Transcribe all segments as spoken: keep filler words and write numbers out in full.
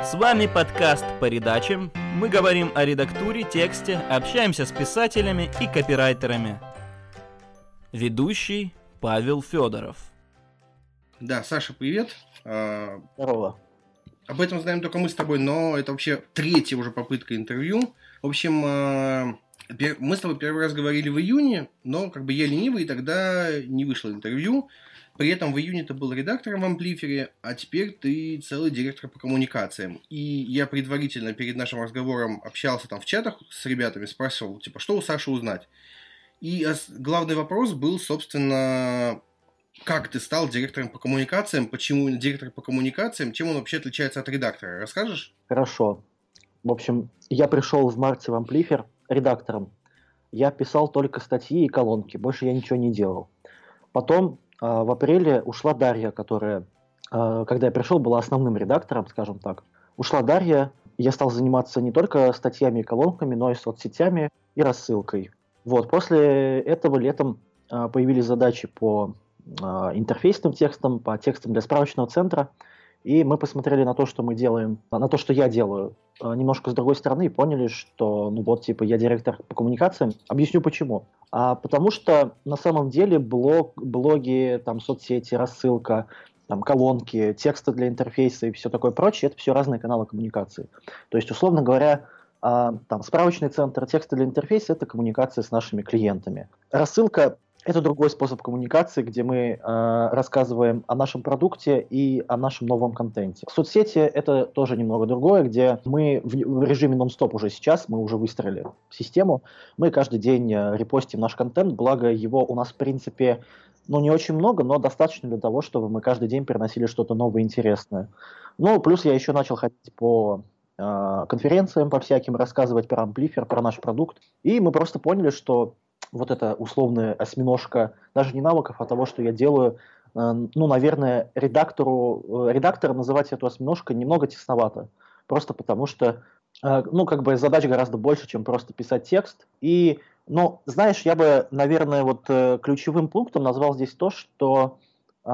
С вами подкаст по редачам. Мы говорим о редактуре, тексте, общаемся с писателями и копирайтерами. Ведущий Павел Федоров. Да, Саша, привет. Здорово. Об этом знаем только мы с тобой, но это вообще третья уже попытка интервью. В общем, мы с тобой первый раз говорили в июне, но как бы я ленивый, и тогда не вышло интервью. При этом в июне ты был редактором в Амплифере, а теперь ты целый директор по коммуникациям. И я предварительно перед нашим разговором общался там в чатах с ребятами, спрашивал, типа, что у Саши узнать. И главный вопрос был, собственно, как ты стал директором по коммуникациям, почему директор по коммуникациям, чем он вообще отличается от редактора. Расскажешь? Хорошо. В общем, я пришел в марте в Амплифер редактором. Я писал только статьи и колонки, больше я ничего не делал. Потом в апреле ушла Дарья, которая, когда я пришел, была основным редактором, скажем так. Ушла Дарья, и я стал заниматься не только статьями и колонками, но и соцсетями и рассылкой. Вот. После этого летом появились задачи по интерфейсным текстам, по текстам для справочного центра, и мы посмотрели на то, что мы делаем, на то, что я делаю, немножко с другой стороны, и поняли, что, ну вот, типа, я директор по коммуникациям. Объясню почему. А потому что на самом деле блог, блоги, там, соцсети, рассылка, там, колонки, тексты для интерфейса и все такое прочее, это все разные каналы коммуникации. То есть, условно говоря, а, там, справочный центр, тексты для интерфейса – это коммуникация с нашими клиентами. Рассылка – это другой способ коммуникации, где мы э, рассказываем о нашем продукте и о нашем новом контенте. Соцсети – это тоже немного другое, где мы в, в режиме нон-стоп уже сейчас, мы уже выстроили систему, мы каждый день репостим наш контент, благо его у нас в принципе, ну не очень много, но достаточно для того, чтобы мы каждый день приносили что-то новое и интересное. Ну, плюс я еще начал ходить по э, конференциям, по всяким, рассказывать про Амплифер, про наш продукт, и мы просто поняли, что вот эта условная осьминожка, даже не навыков, а того, что я делаю, э, ну, наверное, редактору, э, редактора называть эту осьминожкой немного тесновато. Просто потому что, э, ну, как бы задач гораздо больше, чем просто писать текст. И, ну, знаешь, я бы, наверное, вот э, ключевым пунктом назвал здесь то, что э,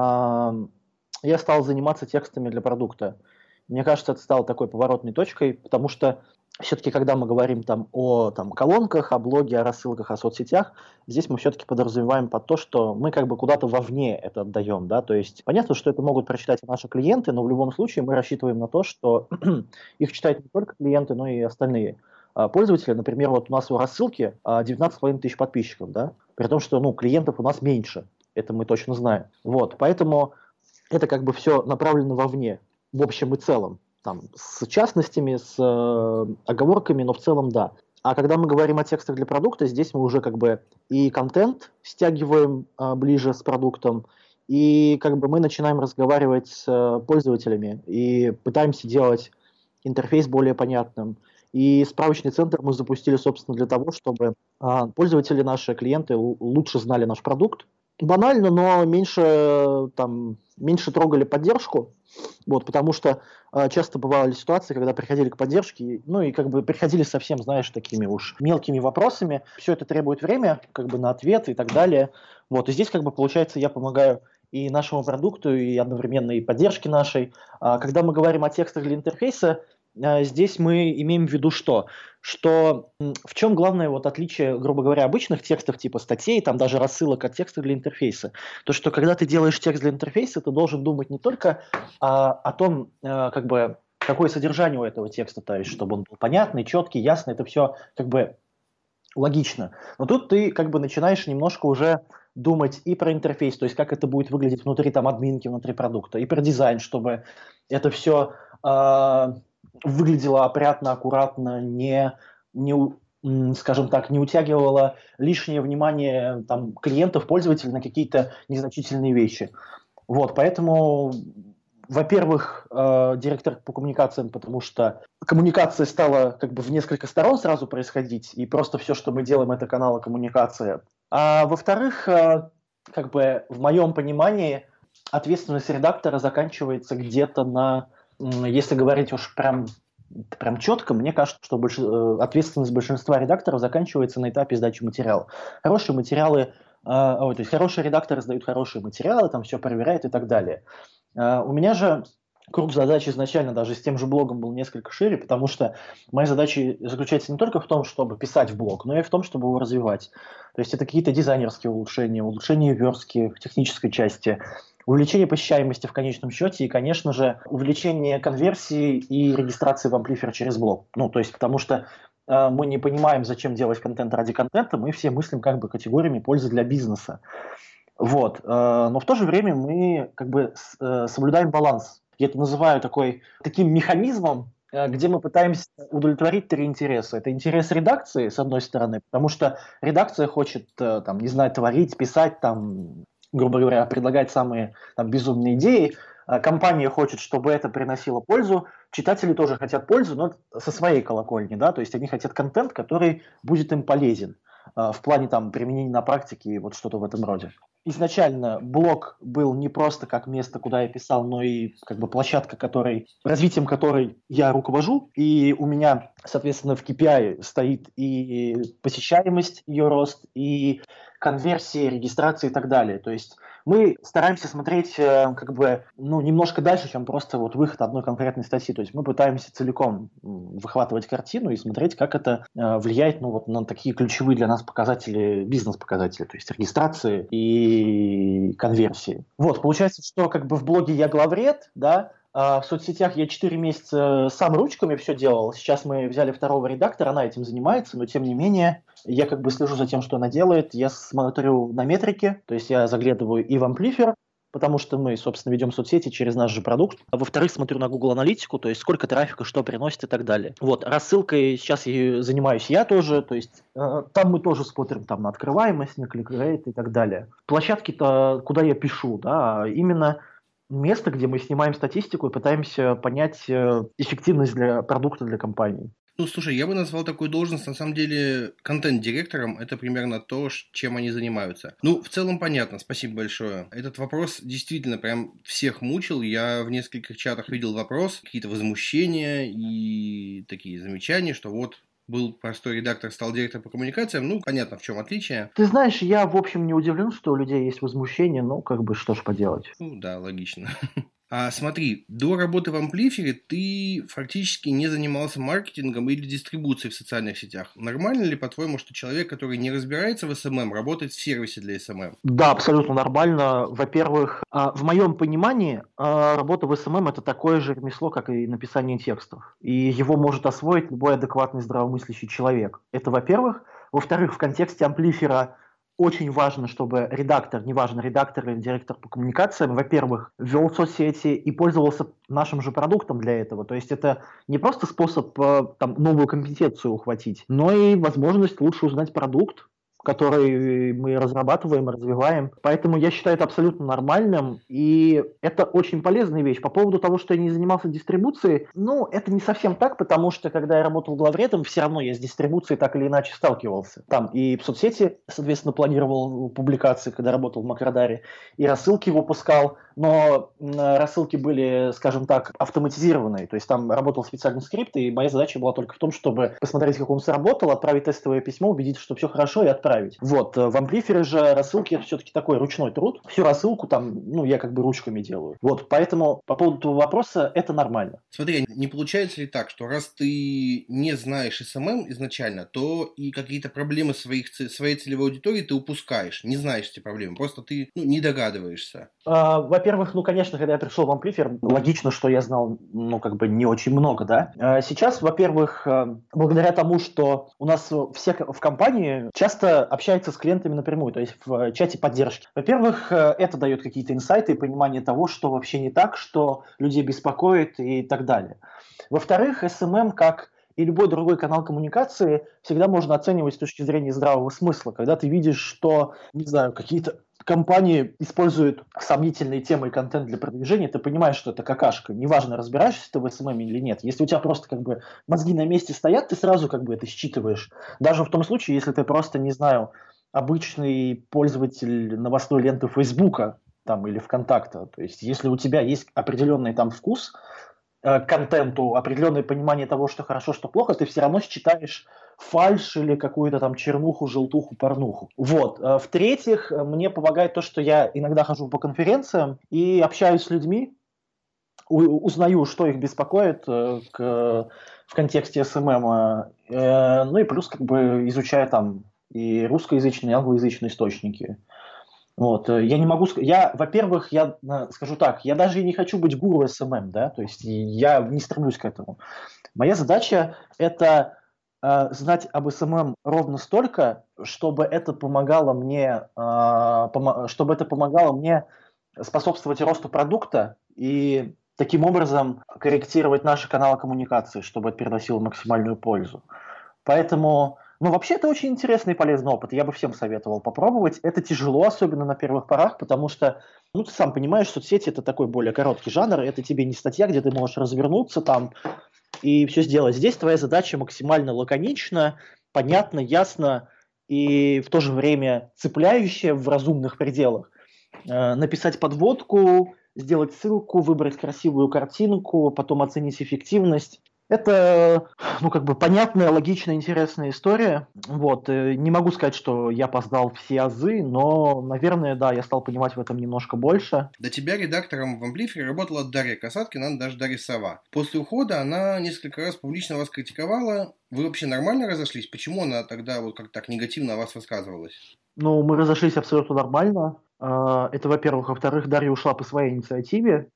я стал заниматься текстами для продукта. Мне кажется, это стало такой поворотной точкой, потому что все-таки, когда мы говорим там о там, колонках, о блоге, о рассылках, о соцсетях, здесь мы все-таки подразумеваем под то, что мы как бы куда-то вовне это отдаем, да, то есть понятно, что это могут прочитать и наши клиенты, но в любом случае мы рассчитываем на то, что их читают не только клиенты, но и остальные пользователи. Например, вот у нас в рассылке девятнадцать с половиной тысяч подписчиков, да, при том, что, ну, клиентов у нас меньше, это мы точно знаем, вот, поэтому это как бы все направлено вовне, в общем и целом. Там, с частностями, с э, оговорками, но в целом да. А когда мы говорим о текстах для продукта, здесь мы уже как бы и контент стягиваем э, ближе с продуктом, и как бы мы начинаем разговаривать с э, пользователями и пытаемся делать интерфейс более понятным. И справочный центр мы запустили, собственно, для того, чтобы э, пользователи, наши клиенты л- лучше знали наш продукт. Банально, но меньше, там, меньше трогали поддержку, вот, потому что э, часто бывали ситуации, когда приходили к поддержке, ну и как бы приходили совсем, знаешь, такими уж мелкими вопросами. Все это требует время, как бы на ответ и так далее. Вот, и здесь как бы получается я помогаю и нашему продукту, и одновременно и поддержке нашей. А когда мы говорим о текстах для интерфейса, здесь мы имеем в виду что? Что в чем главное вот отличие, грубо говоря, обычных текстов типа статей, там даже рассылок от текста для интерфейса? То, что когда ты делаешь текст для интерфейса, ты должен думать не только а, о том, а, как бы, какое содержание у этого текста, то есть чтобы он был понятный, четкий, ясный, это все как бы логично. Но тут ты как бы начинаешь немножко уже думать и про интерфейс, то есть как это будет выглядеть внутри там админки, внутри продукта, и про дизайн, чтобы это все а, выглядело опрятно, аккуратно, не, не, скажем так, не утягивало лишнее внимание там, клиентов, пользователей на какие-то незначительные вещи. Вот, поэтому, во-первых, э, директор по коммуникациям, потому что коммуникация стала как бы в несколько сторон сразу происходить, и просто все, что мы делаем, это каналы коммуникации. А во-вторых, э, как бы в моем понимании ответственность редактора заканчивается где-то на, если говорить уж прям, прям четко, мне кажется, что больш... ответственность большинства редакторов заканчивается на этапе сдачи материала. Хорошие материалы, э, ой, то есть хорошие редакторы сдают хорошие материалы, там все проверяют и так далее. Uh, у меня же круг задач изначально даже с тем же блогом был несколько шире, потому что моя задача заключается не только в том, чтобы писать в блог, но и в том, чтобы его развивать. То есть это какие-то дизайнерские улучшения, улучшения верстки в технической части, увеличение посещаемости в конечном счете и, конечно же, увеличение конверсии и регистрации в Amplifier через блог. Ну, то есть потому что э, мы не понимаем, зачем делать контент ради контента, мы все мыслим как бы категориями пользы для бизнеса. Вот. э, но в то же время мы как бы с- э, соблюдаем баланс. Я это называю такой, таким механизмом, э, где мы пытаемся удовлетворить три интереса. Это интерес редакции, с одной стороны, потому что редакция хочет, э, там, не знаю, творить, писать, там, грубо говоря, предлагать самые там, безумные идеи. А компания хочет, чтобы это приносило пользу. Читатели тоже хотят пользу, но со своей колокольни, да, то есть они хотят контент, который будет им полезен э, в плане там применения на практике и вот что-то в этом роде. Изначально блог был не просто как место, куда я писал, но и как бы площадка, которой, развитием которой я руковожу. И у меня, соответственно, в кей пи ай стоит и посещаемость, ее рост, и конверсии, регистрации и так далее. То есть мы стараемся смотреть э, как бы ну, немножко дальше, чем просто вот выход одной конкретной статьи. То есть мы пытаемся целиком м, выхватывать картину и смотреть, как это э, влияет ну, вот, на такие ключевые для нас показатели, бизнес-показатели, то есть регистрации и конверсии. Вот, получается, что как бы в блоге я главред, да, а в соцсетях я четыре месяца сам ручками все делал. Сейчас мы взяли второго редактора, она этим занимается, но тем не менее я как бы слежу за тем, что она делает. Я смотрю на метрики, то есть я заглядываю и в Amplifier, потому что мы, собственно, ведем соцсети через наш же продукт. А во-вторых, смотрю на Google Аналитику, то есть сколько трафика, что приносит и так далее. Вот, рассылкой сейчас ею занимаюсь я тоже, то есть э, там мы тоже смотрим там, на открываемость, на клик-рейт и так далее. Площадки-то, куда я пишу, да, именно место, где мы снимаем статистику и пытаемся понять э, эффективность для продукта для компании. Ну, слушай, я бы назвал такую должность, на самом деле, контент-директором. Это примерно то, ш- чем они занимаются. Ну, в целом понятно, спасибо большое. Этот вопрос действительно прям всех мучил. Я в нескольких чатах видел вопрос, какие-то возмущения и такие замечания, что вот был простой редактор, стал директором по коммуникациям. Ну, понятно, в чем отличие. Ты знаешь, я, в общем, не удивлен, что у людей есть возмущение, ну, как бы, что ж поделать. Ну, да, логично. А смотри, до работы в Амплифере ты фактически не занимался маркетингом или дистрибуцией в социальных сетях. Нормально ли, по-твоему, что человек, который не разбирается в эс эм эм, работает в сервисе для эс эм эм? Да, абсолютно нормально. Во-первых, а, в моем понимании а, работа в эс эм эм это такое же ремесло, как и написание текстов. И его может освоить любой адекватный здравомыслящий человек. Это во-первых. Во-вторых, в контексте Амплифера очень важно, чтобы редактор, неважно, редактор или директор по коммуникациям, во-первых, вел соцсети и пользовался нашим же продуктом для этого. То есть это не просто способ э, там, новую компетенцию ухватить, но и возможность лучше узнать продукт, который мы разрабатываем, развиваем. Поэтому я считаю это абсолютно нормальным, и это очень полезная вещь. По поводу того, что я не занимался дистрибуцией, ну, это не совсем так, потому что, когда я работал главредом, все равно я с дистрибуцией так или иначе сталкивался. Там и в соцсети, соответственно, планировал публикации, когда работал в Макродаре, и рассылки выпускал, но рассылки были, скажем так, автоматизированные, то есть там работал специальный скрипт, и моя задача была только в том, чтобы посмотреть, как он сработал, отправить тестовое письмо, убедиться, что все хорошо, и отправить. Вот, в Амплифере же рассылки это все-таки такой ручной труд, всю рассылку там, ну, я как бы ручками делаю. Вот, поэтому по поводу этого вопроса это нормально. Смотри, не получается ли так, что раз ты не знаешь эс эм эм изначально, то и какие-то проблемы своих, своей целевой аудитории ты упускаешь, не знаешь эти проблемы, просто ты ну, не догадываешься? А, во-первых, ну, конечно, когда я пришел в Амплифер, логично, что я знал, ну, как бы не очень много, да. А сейчас, во-первых, благодаря тому, что у нас все в компании часто общаются с клиентами напрямую, то есть в чате поддержки. Во-первых, это дает какие-то инсайты и понимание того, что вообще не так, что людей беспокоит и так далее. Во-вторых, эс эм эм, как и любой другой канал коммуникации, всегда можно оценивать с точки зрения здравого смысла. Когда ты видишь, что, не знаю, какие-то компании используют сомнительные темы и контент для продвижения, ты понимаешь, что это какашка. Неважно, разбираешься ты в эс эм эм или нет. Если у тебя просто как бы мозги на месте стоят, ты сразу как бы это считываешь. Даже в том случае, если ты просто, не знаю, обычный пользователь новостной ленты Фейсбука там, или ВКонтакта. То есть если у тебя есть определенный там вкус к контенту, определенное понимание того, что хорошо, что плохо, ты все равно считаешь фальшь или какую-то там чернуху, желтуху, порнуху. Вот. В-третьих, мне помогает то, что я иногда хожу по конференциям и общаюсь с людьми, узнаю, что их беспокоит э, к, в контексте эс эм эм, э, ну и плюс как бы изучаю там и русскоязычные, и англоязычные источники. Вот, э, я не могу сказать, я, во-первых, я э, скажу так, я даже и не хочу быть гуру эс эм эм, да, то есть я не стремлюсь к этому. Моя задача это э, знать об эс эм эм ровно столько, чтобы это помогало мне, э, помо- чтобы это помогало мне способствовать росту продукта и таким образом корректировать наши каналы коммуникации, чтобы это приносило максимальную пользу. Поэтому, ну, вообще это очень интересный и полезный опыт. Я бы всем советовал попробовать. Это тяжело, особенно на первых порах, потому что, ну, ты сам понимаешь, соцсети это такой более короткий жанр. Это тебе не статья, где ты можешь развернуться там и все сделать. Здесь твоя задача максимально лаконично, понятно, ясно и в то же время цепляющая в разумных пределах. Э, написать подводку, сделать ссылку, выбрать красивую картинку, потом оценить эффективность. Это, ну, как бы понятная, логичная, интересная история. Вот. э, Не могу сказать, что я познал все азы, но, наверное, да, я стал понимать в этом немножко больше. До тебя редактором в Амплифере работала Дарья Касаткина, она даже Дарья Сова. После ухода она несколько раз публично вас критиковала. Вы вообще нормально разошлись? Почему она тогда вот как так негативно о вас высказывалась? Ну, мы разошлись абсолютно нормально. А, Это, во-первых. Во-вторых, Дарья ушла по своей инициативе.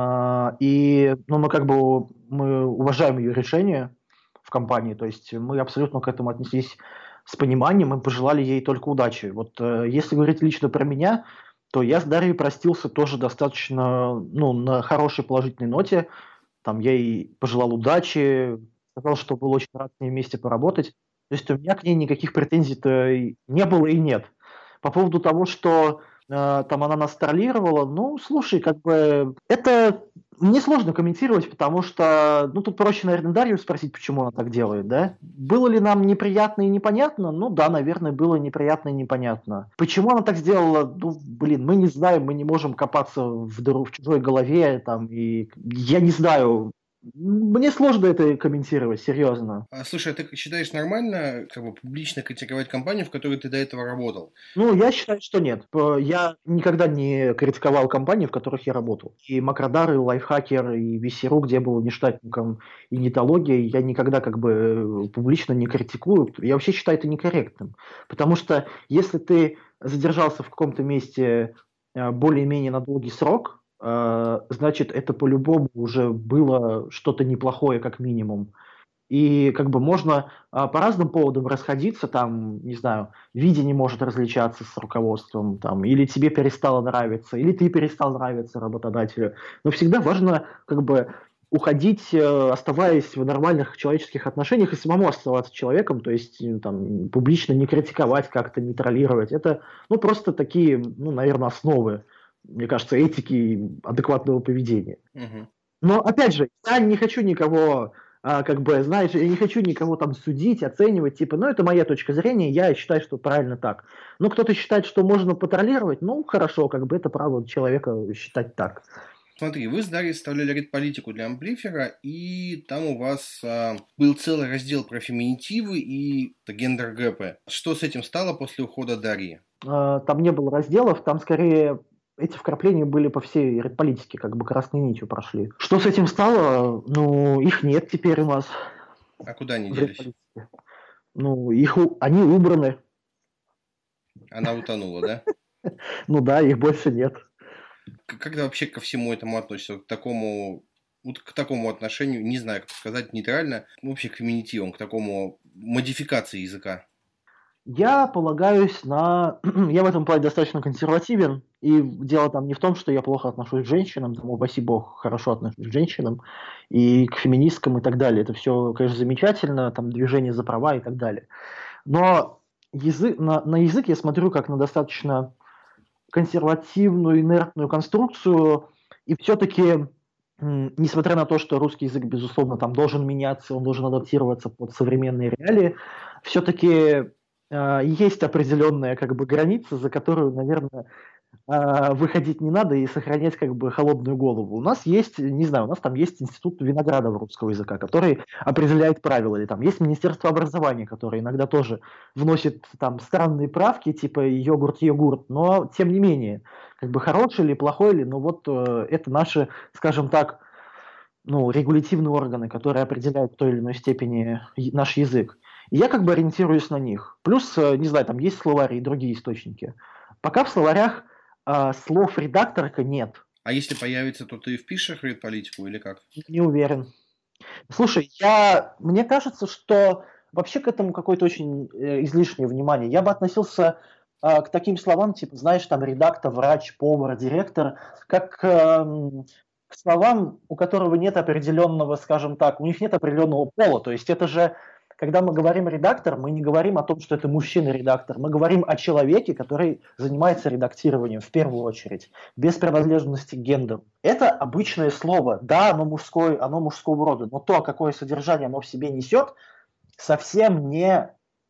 А, И, ну, мы как бы мы уважаем ее решение в компании. То есть мы абсолютно к этому отнеслись с пониманием, мы пожелали ей только удачи. Вот э, если говорить лично про меня, то я с Дарьей простился тоже достаточно, ну, на хорошей положительной ноте. Там я ей пожелал удачи, сказал, что был очень рад с ней вместе поработать. То есть у меня к ней никаких претензий-то и не было и нет. По поводу того, что э, там она нас троллировала, ну, слушай, как бы это мне сложно комментировать, потому что, ну, тут проще, наверное, Дарью спросить, почему она так делает, да? Было ли нам неприятно и непонятно? Ну, да, наверное, было неприятно и непонятно. Почему она так сделала? Ну, блин, мы не знаем, мы не можем копаться в дыру в чужой голове, там, и я не знаю. Мне сложно это комментировать, серьезно. А, слушай, а ты считаешь нормально как бы публично критиковать компанию, в которой ты до этого работал? Ну, я считаю, что нет. П- Я никогда не критиковал компании, в которых я работал. И Макродар, и Лайфхакер, и ви си эр у, где я был внештатником, и Нетология, я никогда как бы э, публично не критикую. Я вообще считаю это некорректным. Потому что если ты задержался в каком-то месте э, более-менее на долгий срок, э, значит, это по-любому уже было что-то неплохое, как минимум. И как бы можно а, по разным поводам расходиться, там, не знаю, видение может различаться с руководством, там, или тебе перестало нравиться, или ты перестал нравиться работодателю. Но всегда важно как бы уходить, э, оставаясь в нормальных человеческих отношениях и самому оставаться человеком, то есть э, там, публично не критиковать, как-то не троллировать. Это, ну, просто такие, ну, наверное, основы, мне кажется, этики и адекватного поведения. Мгм. Но опять же, я не хочу никого, а, как бы, знаешь, я не хочу никого там судить, оценивать, типа, ну, это моя точка зрения, я считаю, что правильно так. Ну, кто-то считает, что можно потроллировать, ну, хорошо, как бы это право человека считать так. Смотри, вы с Дарьей составляли редполитику для Амплифера, и там у вас а, был целый раздел про феминитивы и гендер-гэпы. Что с этим стало после ухода Дарьи? А, Там не было разделов, там скорее эти вкрапления были по всей редполитике, как бы красной нитью прошли. Что с этим стало? Ну, их нет теперь у нас А куда они в делись? редполитике. Ну, их, у- они убраны. Она утонула, да? Ну да, их больше нет. К- Как ты вообще ко всему этому относишься? К такому, вот к такому отношению, не знаю, как сказать нейтрально, вообще к феминитивам, к такому модификации языка? Я полагаюсь на... Я в этом плане достаточно консервативен, и дело там не в том, что я плохо отношусь к женщинам, там, упаси бог, хорошо отношусь к женщинам, и к феминисткам и так далее. Это все, конечно, замечательно, там, движение за права и так далее. Но язык, на, на язык я смотрю как на достаточно консервативную, инертную конструкцию, и все-таки, несмотря на то, что русский язык, безусловно, там должен меняться, он должен адаптироваться под современные реалии, все-таки э, есть определенная как бы граница, за которую, наверное, э, выходить не надо и сохранять как бы холодную голову. У нас есть, не знаю, у нас там есть институт Виноградова русского языка, который определяет правила, или там есть Министерство образования, которое иногда тоже вносит там странные правки, типа йогурт-йогурт, но тем не менее, как бы хороший или плохой ли, но вот э, это наши, скажем так, ну, регулятивные органы, которые определяют в той или иной степени и- наш язык. И я как бы ориентируюсь на них. Плюс, э, не знаю, там есть словари и другие источники. Пока в словарях а, слов редакторка нет. А если появится, то ты впишешь редполитику или как? Не уверен. Слушай, я, мне кажется, что вообще к этому какое-то очень э, излишнее внимание. Я бы относился а, к таким словам, типа, знаешь, там редактор, врач, повар, директор, как эм, к словам, у которого нет определенного, скажем так, у них нет определенного пола. То есть это же, когда мы говорим редактор, мы не говорим о том, что это мужчина-редактор. Мы говорим о человеке, который занимается редактированием в первую очередь, без принадлежности к гендеру. Это обычное слово. Да, оно мужское, оно мужского рода, но то, какое содержание оно в себе несет, совсем не,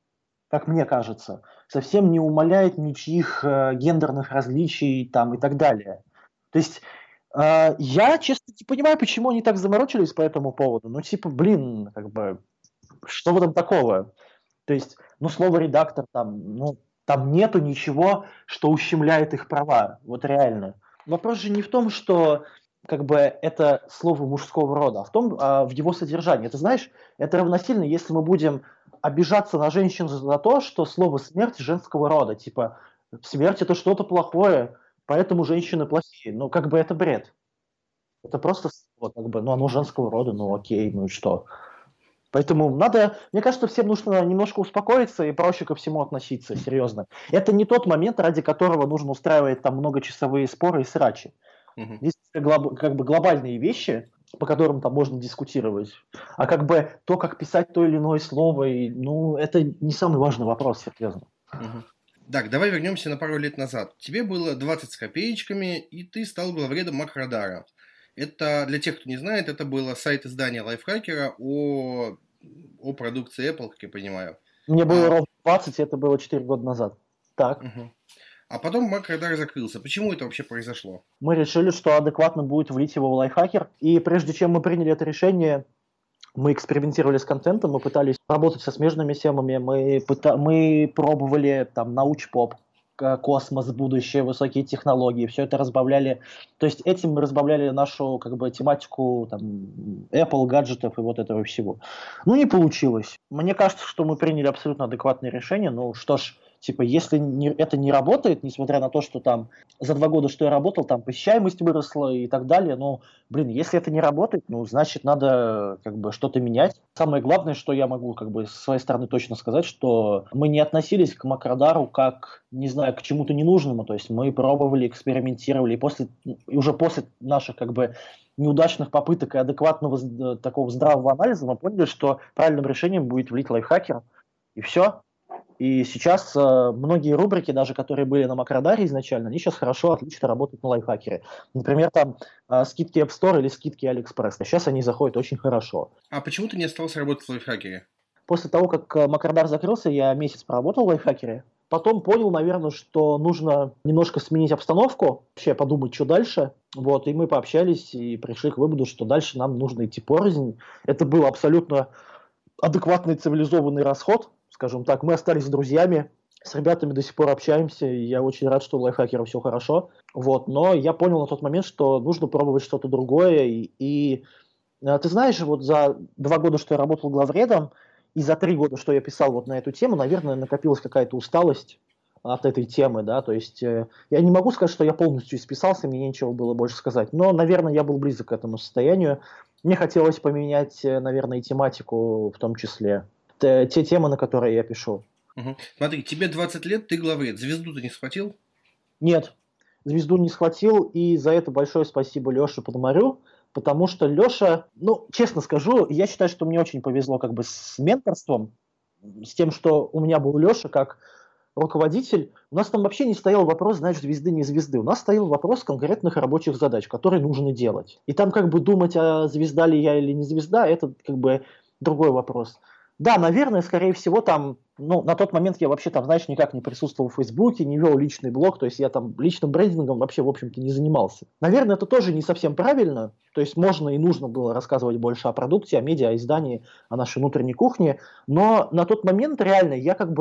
как мне кажется, совсем не умаляет ничьих э, гендерных различий там и так далее. То есть э, я, честно, не понимаю, почему они так заморочились по этому поводу. Ну, типа, блин, как бы, что в этом такого? То есть, ну, слово редактор там, ну, там нету ничего, что ущемляет их права. Вот реально. Вопрос же не в том, что как бы это слово мужского рода, а в том, а, в его содержании. Ты знаешь, это равносильно, если мы будем обижаться на женщин за то, что слово смерть женского рода. Типа, смерть это что-то плохое, поэтому женщины плохие. Ну, как бы это бред. Это просто слово, как бы, ну, оно женского рода, ну окей, ну и что? Поэтому надо, мне кажется, всем нужно немножко успокоиться и проще ко всему относиться, серьезно. Это не тот момент, ради которого нужно устраивать там многочасовые споры и срачи. Мгм. Есть глоб- как бы глобальные вещи, по которым там можно дискутировать. А как бы то, как писать то или иное слово, и, ну, это не самый важный вопрос, серьезно. Мгм. Так, давай вернемся на пару лет назад. Тебе было двадцать с копеечками, и ты стал главредом Макродара. Это, для тех, кто не знает, это было сайт издания Лайфхакера о, о продукции Apple, как я понимаю. Мне было А, ровно двадцать, и это было четыре года назад. Так. мгм. А потом Макродар закрылся. Почему это вообще произошло? Мы решили, что адекватно будет влить его в лайфхакер. И прежде чем мы приняли это решение, мы экспериментировали с контентом, мы пытались работать со смежными темами, мы, пыта- мы пробовали там научпоп, к- космос, будущее, высокие технологии, все это разбавляли. То есть этим мы разбавляли нашу как бы тематику там, Apple, гаджетов и вот этого всего. Ну, не получилось. Мне кажется, что мы приняли абсолютно адекватное решение. Ну, что ж, типа, если не- это не работает, несмотря на то, что там за два года, что я работал, там посещаемость выросла и так далее, ну, блин, если это не работает, ну, значит, надо как бы что-то менять. Самое главное, что я могу как бы со своей стороны точно сказать, что мы не относились к Макродару как, не знаю, к чему-то ненужному, то есть мы пробовали, экспериментировали, и после, и уже после наших как бы неудачных попыток и адекватного з- такого здравого анализа мы поняли, что правильным решением будет влить лайфхакер, и все. И сейчас э, многие рубрики, даже которые были на Макродаре изначально, они сейчас хорошо, отлично работают на лайфхакере. Например, там э, скидки App Store или скидки AliExpress. А сейчас они заходят очень хорошо. А почему ты не остался работать в Лайфхакере? После того, как э, Макродар закрылся, я месяц проработал в лайфхакере. Потом понял, наверное, что нужно немножко сменить обстановку, вообще подумать, что дальше. Вот, и мы пообщались и пришли к выводу, что дальше нам нужно идти порознь. Это был абсолютно адекватный цивилизованный расход, скажем так. Мы остались друзьями, с ребятами до сих пор общаемся, и я очень рад, что у лайфхакера все хорошо. Вот, но я понял на тот момент, что нужно пробовать что-то другое. И, и э, ты знаешь, вот за два года, что я работал главредом, и за три года, что я писал вот на эту тему, наверное, накопилась какая-то усталость от этой темы, да, то есть э, я не могу сказать, что я полностью исписался, мне нечего было больше сказать, но, наверное, я был близок к этому состоянию. Мне хотелось поменять, э, наверное, и тематику в том числе, те, те темы, на которые я пишу. Мгм. Смотри, тебе двадцать лет, ты главред. Звезду ты не схватил? Нет, звезду не схватил, и за это большое спасибо Леше Пономарю, потому что Леша, ну, честно скажу, я считаю, что мне очень повезло как бы с менторством, с тем, что у меня был Леша как руководитель. У нас там вообще не стоял вопрос, знаешь, звезды, не звезды. У нас стоял вопрос конкретных рабочих задач, которые нужно делать. И там как бы думать, а звезда ли я или не звезда, это как бы другой вопрос. Да, наверное, скорее всего, там, ну, на тот момент я вообще там, знаешь, никак не присутствовал в Фейсбуке, не вел личный блог, то есть я там личным брендингом вообще, в общем-то, не занимался. Наверное, это тоже не совсем правильно, то есть можно и нужно было рассказывать больше о продукте, о медиа, о издании, о нашей внутренней кухне, но на тот момент реально я как бы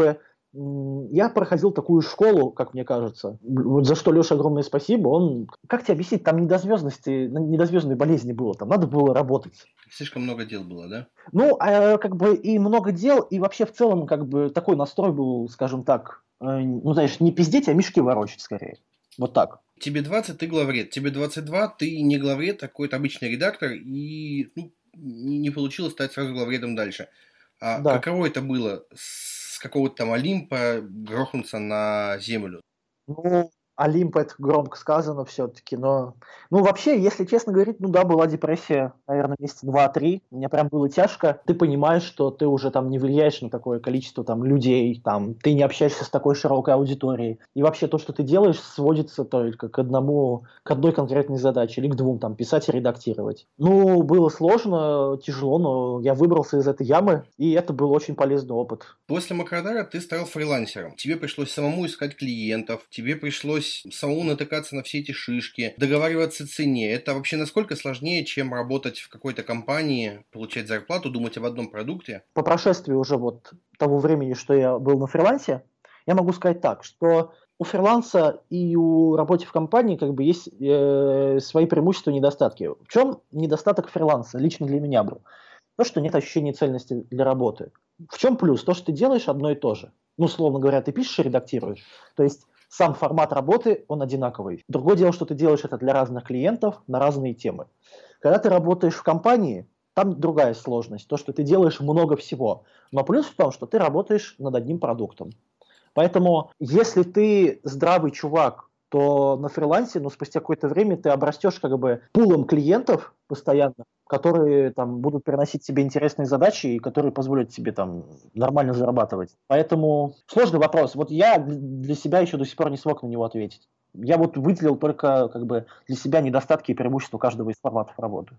я проходил такую школу, как мне кажется, вот за что Леше огромное спасибо. Он, как тебе объяснить, там недозвездности, недозвездной болезни было, там надо было работать. Слишком много дел было, да? Ну, а, как бы и много дел, и вообще в целом как бы такой настрой был, скажем так, э, ну, знаешь, не пиздеть, а мешки ворочать скорее. Вот так. Тебе двадцать, ты главред. Тебе двадцать два, ты не главред, а какой-то обычный редактор, и ну, не получилось стать сразу главредом дальше. А Да. каково это было с какого-то там Олимпа грохнуться на землю? Ну, Олимп, это громко сказано все-таки, но... Ну, вообще, если честно говорить, ну да, была депрессия, наверное, месяца два-три. Мне прям было тяжко. Ты понимаешь, что ты уже там не влияешь на такое количество там людей, там, ты не общаешься с такой широкой аудиторией. И вообще то, что ты делаешь, сводится только к одному, к одной конкретной задаче, или к двум, там, писать и редактировать. Ну, было сложно, тяжело, но я выбрался из этой ямы, и это был очень полезный опыт. После Макродара ты стал фрилансером. Тебе пришлось самому искать клиентов, тебе пришлось самому натыкаться на все эти шишки, договариваться о цене. Это вообще насколько сложнее, чем работать в какой-то компании, получать зарплату, думать об одном продукте? По прошествии уже вот того времени, что я был на фрилансе, я могу сказать так, что у фриланса и у работы в компании как бы есть э, свои преимущества и недостатки. В чем недостаток фриланса лично для меня был? То, что нет ощущения цельности для работы. В чем плюс? То, что ты делаешь одно и то же. Ну, условно говоря, ты пишешь и редактируешь. То есть сам формат работы, он одинаковый. Другое дело, что ты делаешь это для разных клиентов на разные темы. Когда ты работаешь в компании, там другая сложность. То, что ты делаешь много всего. Но плюс в том, что ты работаешь над одним продуктом. Поэтому, если ты здравый чувак, то на фрилансе, ну, спустя какое-то время ты обрастешь как бы пулом клиентов постоянно, которые там будут приносить тебе интересные задачи и которые позволят тебе там нормально зарабатывать. Поэтому сложный вопрос. Вот я для себя еще до сих пор не смог на него ответить. Я вот выделил только как бы для себя недостатки и преимущества каждого из форматов работы.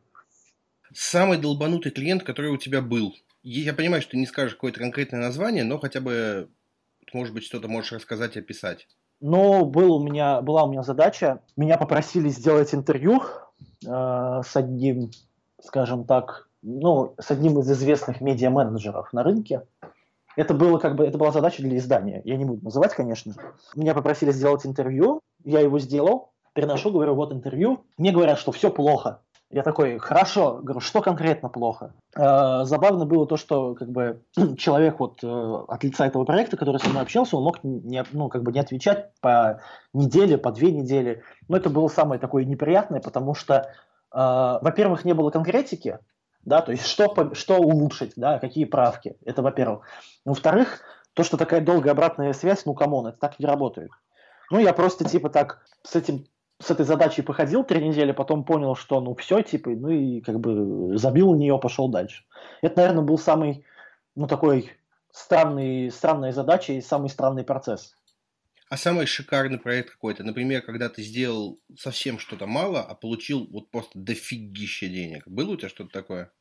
Самый долбанутый клиент, который у тебя был. Я понимаю, что ты не скажешь какое-то конкретное название, но хотя бы, может быть, что-то можешь рассказать и описать. Ну, был у меня, была у меня задача. Меня попросили сделать интервью э, с одним, скажем так, ну, с одним из известных медиа-менеджеров на рынке. Это было как бы, это была задача для издания. Я не буду называть, конечно же. Меня попросили сделать интервью, я его сделал, приношу, говорю, вот интервью. Мне говорят, что все плохо. Я такой, хорошо, говорю, что конкретно плохо? Э, забавно было то, что как бы человек вот э, от лица этого проекта, который со мной общался, он мог не, ну, как бы не отвечать по неделе, по две недели. Но это было самое такое неприятное, потому что, э, во-первых, не было конкретики, да, то есть что, что улучшить, да, какие правки, это во-первых. Во-вторых, то, что такая долгая обратная связь, ну, камон, это так не работает. Ну, я просто типа так с этим с этой задачей походил три недели, потом понял, что ну все, типа, ну и как бы забил на нее, пошел дальше. Это, наверное, был самый, ну такой странный, странная задача и самый странный процесс. А самый шикарный проект какой-то, например, когда ты сделал совсем что-то мало, а получил вот просто дофигища денег. Было у тебя что-то такое?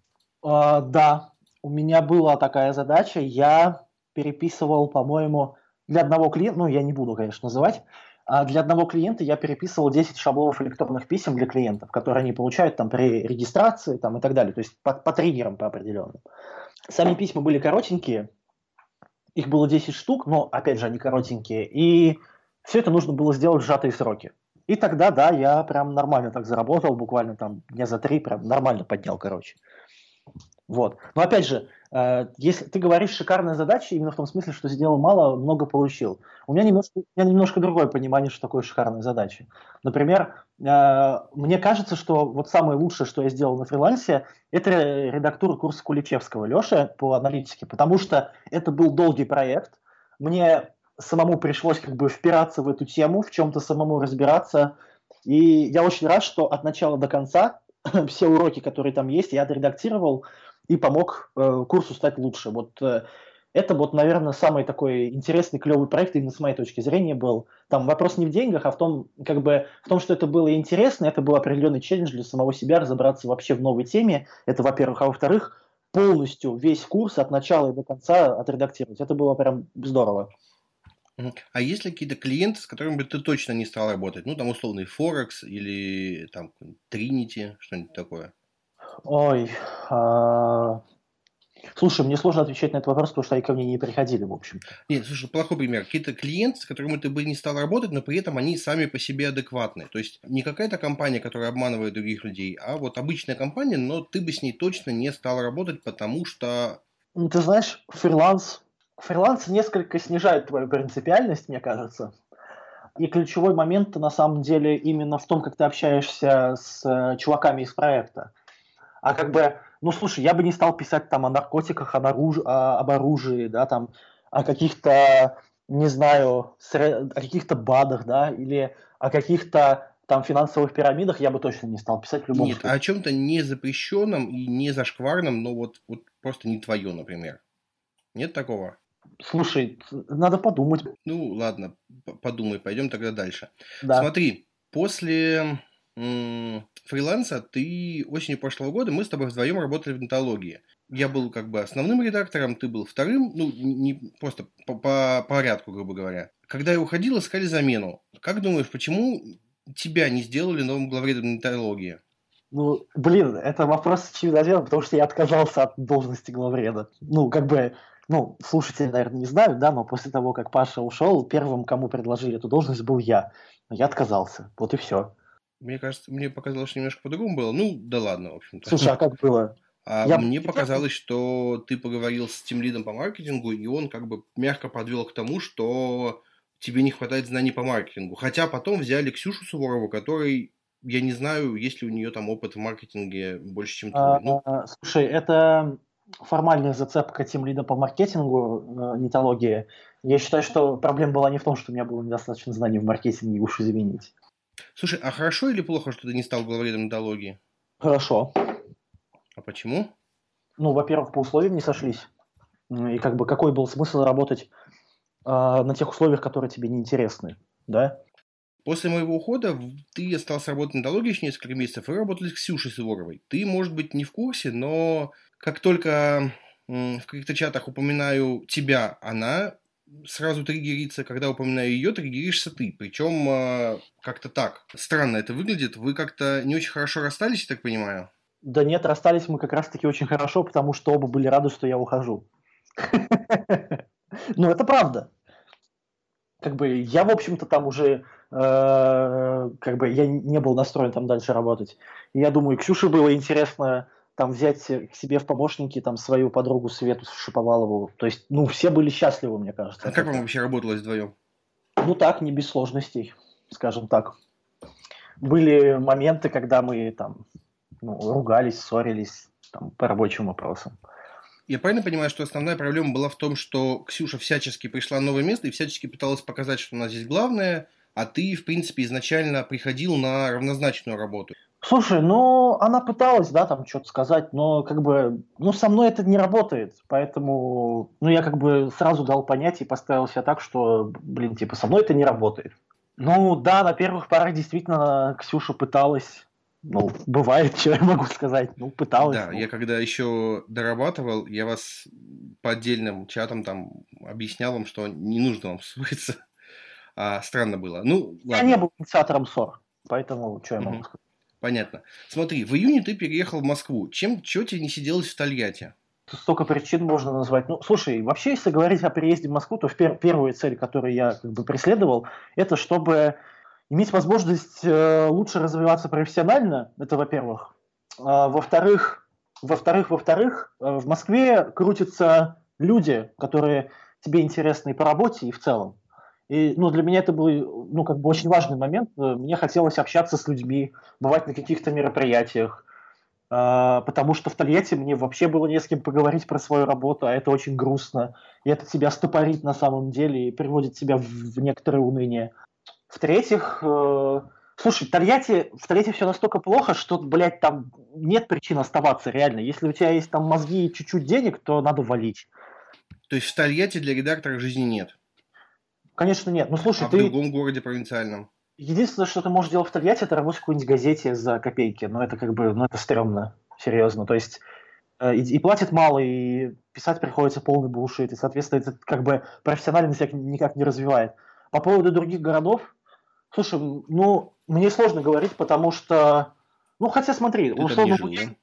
А, да, у меня была такая задача. Я переписывал, по-моему, для одного клиента, ну я не буду, конечно, называть, а для одного клиента я переписывал десять шаблонов электронных писем для клиентов, которые они получают там при регистрации там, и так далее, то есть по, по триггерам по определенным. Сами письма были коротенькие, их было десять штук, но, опять же, они коротенькие, и все это нужно было сделать в сжатые сроки. И тогда, да, я прям нормально так заработал, буквально там дня за три прям нормально поднял, короче. Вот. Но опять же, э, если ты говоришь шикарная задача, именно в том смысле, что сделал мало, много получил. У меня немножко, у меня немножко другое понимание, что такое шикарная задача. Например, э, мне кажется, что вот самое лучшее, что я сделал на фрилансе, это редактура курса Куличевского Леши по аналитике, потому что это был долгий проект. Мне самому пришлось как бы впираться в эту тему, в чем-то самому разбираться. И я очень рад, что от начала до конца все уроки, которые там есть, я отредактировал и помог э, курсу стать лучше. Вот э, это вот, наверное, самый такой интересный, клевый проект именно с моей точки зрения был. Там вопрос не в деньгах, а в том, как бы, в том, что это было интересно, это был определенный челлендж для самого себя, разобраться вообще в новой теме. Это, во-первых. А во-вторых, полностью весь курс от начала и до конца отредактировать. Это было прям здорово. А есть ли какие-то клиенты, с которыми бы ты точно не стал работать? Ну, там, условный Форекс или там Тринити, что-нибудь такое? Ой, а... Слушай, мне сложно отвечать на этот вопрос, потому что они ко мне не приходили, в общем-то. Нет, слушай, плохой пример. Какие-то клиенты, с которыми ты бы не стал работать, но при этом они сами по себе адекватны. То есть не какая-то компания, которая обманывает других людей, а вот обычная компания, но ты бы с ней точно не стал работать, потому что... Ну, ты знаешь, фриланс, фриланс несколько снижает твою принципиальность, мне кажется. И ключевой момент на самом деле именно в том, как ты общаешься с э, чуваками из проекта. А как бы, ну слушай, я бы не стал писать там о наркотиках, о наруж- о- об оружии, да, там, о каких-то, не знаю, сре- о каких-то БАДах, да, или о каких-то там финансовых пирамидах я бы точно не стал писать в любом Нет, случае. а о чем-то не запрещенном и не зашкварном, но вот, вот просто не твое, например. Нет такого? Слушай, надо подумать. Ну, ладно, п- подумай, пойдем тогда дальше. Да. Смотри, после м, фриланса ты осенью прошлого года мы с тобой вдвоем работали в нетологии. Я был как бы основным редактором, ты был вторым, ну, не не- просто по, по порядку, грубо говоря. Когда я уходил, искали замену. Как думаешь, почему тебя не сделали новым главредом нетологии? Ну, блин, это вопрос очевидно, потому что я отказался от должности главреда. Ну, как бы, ну, слушатели, наверное, не знают, да, но после того, как Паша ушел, первым, кому предложили эту должность, был я. Но я отказался. Вот и все. Мне кажется, мне показалось, что немножко по-другому было. Ну, да ладно, в общем-то. Слушай, а как было? А Я мне бы- показалось, что ты поговорил с тимлидом по маркетингу, и он как бы мягко подвел к тому, что тебе не хватает знаний по маркетингу. Хотя потом взяли Ксюшу Суворову, которой, я не знаю, есть ли у нее там опыт в маркетинге больше, чем твой. А, Ну, а, слушай, это формальная зацепка тимлида по маркетингу, э, нетологии. Я считаю, что проблема была не в том, что у меня было недостаточно знаний в маркетинге, уж извините. слушай, а хорошо или плохо, что ты не стал главредом нетологии? Хорошо. А почему? Ну, во-первых, по условиям не сошлись. Ну, и как бы какой был смысл работать а, на тех условиях, которые тебе неинтересны, да? После моего ухода в- ты остался работать в нетологии еще несколько месяцев и работали с Ксюшей Суворовой. Ты, может быть, не в курсе, но как только м, в каких-то чатах упоминаю тебя, она сразу триггерится. Когда упоминаю ее, триггеришься ты. Причем а, как-то так. Странно это выглядит. Вы как-то не очень хорошо расстались, я так понимаю? Да нет, расстались мы как раз-таки очень хорошо, потому что оба были рады, что я ухожу. Ну, это правда. Как бы я, в общем-то, там уже, э, как бы я не был настроен там дальше работать. И я думаю, Ксюше было интересно там взять к себе в помощники там свою подругу Свету Шиповалову. То есть, ну, все были счастливы, мне кажется. А от как вам этого. вообще работалось вдвоем? Ну так, не без сложностей, скажем так. Были моменты, когда мы там ну, ругались, ссорились там, по рабочим вопросам. Я правильно понимаю, что основная проблема была в том, что Ксюша всячески пришла на новое место и всячески пыталась показать, что она здесь главная, а ты, в принципе, изначально приходил на равнозначную работу? Слушай, ну, она пыталась, да, там что-то сказать, но как бы, ну, со мной это не работает, поэтому, ну, я как бы сразу дал понять и поставил себя так, что, блин, типа, со мной это не работает. Ну, да, на первых порах действительно Ксюша пыталась, ну, бывает, что я могу сказать, ну, пыталась. Да, ну. я когда еще дорабатывал, я вас по отдельным чатам там объяснял вам, что не нужно вам ссориться. А, странно было. Ну, Я ладно. не был инициатором ссор, поэтому что я могу Мгм. сказать? Понятно. Смотри, в июне ты переехал в Москву. Чем, чего тебе не сиделось в Тольятти? Тут столько причин можно назвать. Ну, слушай, вообще, если говорить о переезде в Москву, то в пер- первая цель, которую я как бы преследовал, это чтобы иметь возможность э, лучше развиваться профессионально, это во-первых. А, во-вторых, во-вторых, во-вторых, э, в Москве крутятся люди, которые тебе интересны и по работе, и в целом. И, ну, для меня это был, ну, как бы очень важный момент. Э, Мне хотелось общаться с людьми, бывать на каких-то мероприятиях, а, потому что в Тольятти мне вообще было не с кем поговорить про свою работу, а это очень грустно. И это тебя стопорит на самом деле и приводит тебя в, в некоторое уныние. В-третьих, э, слушай, в Тольятти, в Тольятти все настолько плохо, что, блядь, там нет причин оставаться реально. Если у тебя есть там мозги и чуть-чуть денег, то надо валить. То есть в Тольятти для редактора жизни нет, Конечно, нет. Ну, слушай, а в ты... другом городе провинциальном? Единственное, что ты можешь делать в Тольятти, это работать в какой-нибудь газете за копейки. Но это как бы, ну, это стрёмно, серьезно. То есть э, и, и платят мало, и писать приходится полный булшит. И, соответственно, это как бы профессионально себя никак не развивает. По поводу других городов, слушай, ну, мне сложно говорить, потому что, ну, хотя смотри, Ты там не условно, жил, да?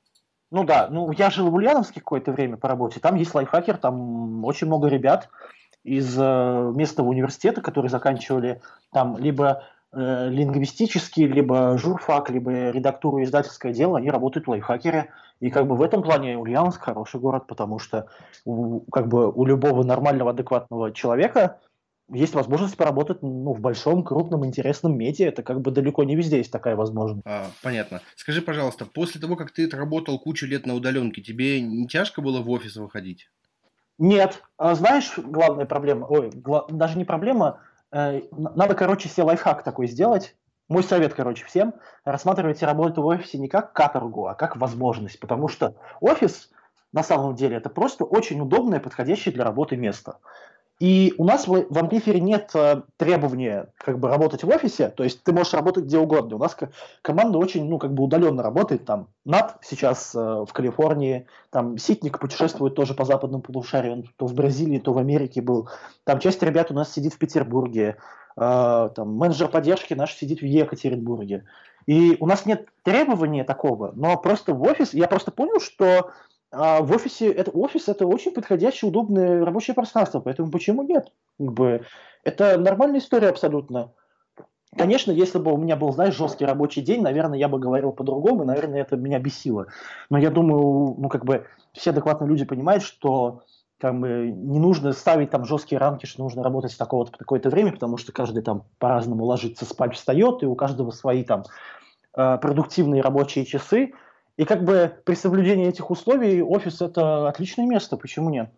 Ну да, ну я жил в Ульяновске какое-то время по работе, там есть лайфхакер, там очень много ребят из э, местного университета, которые заканчивали там либо э, лингвистический, либо журфак, либо редактуру издательское дело, они работают в лайфхакере. И как бы в этом плане Ульяновск хороший город, потому что у, как бы у любого нормального, адекватного человека есть возможность поработать ну, в большом, крупном, интересном медиа. Это как бы далеко не везде есть такая возможность. А, понятно. Скажи, пожалуйста, после того, как ты отработал кучу лет на удаленке, тебе не тяжко было в офис выходить? Нет. А знаешь, главная проблема, ой, гла- даже не проблема, э, надо, короче, себе лайфхак такой сделать. Мой совет, короче, всем, рассматривайте работу в офисе не как каторгу, а как возможность, потому что офис, на самом деле, это просто очень удобное, подходящее для работы место. И у нас в, в Амплифере нет э, требования как бы работать в офисе, то есть ты можешь работать где угодно. У нас к- команда очень, ну, как бы удаленно работает, там, Нат сейчас э, в Калифорнии, там, Ситник путешествует тоже по западному полушарию, он то в Бразилии, то в Америке был, там часть ребят у нас сидит в Петербурге, э, там, менеджер поддержки наш сидит в Екатеринбурге. И у нас нет требования такого, но просто в офис, я просто понял, что а в офисе это офис это очень подходящее, удобное рабочее пространство, поэтому почему нет? Как бы, это нормальная история абсолютно. Конечно, если бы у меня был, знаешь, жесткий рабочий день, наверное, я бы говорил по-другому, и, наверное, это меня бесило. Но я думаю, ну, как бы, все адекватные люди понимают, что как бы, не нужно ставить там жесткие рамки, что нужно работать с такого-то по такое-то время, потому что каждый там по-разному ложится спать, встает, и у каждого свои там э, продуктивные рабочие часы. И как бы при соблюдении этих условий офис это отличное место, почему нет?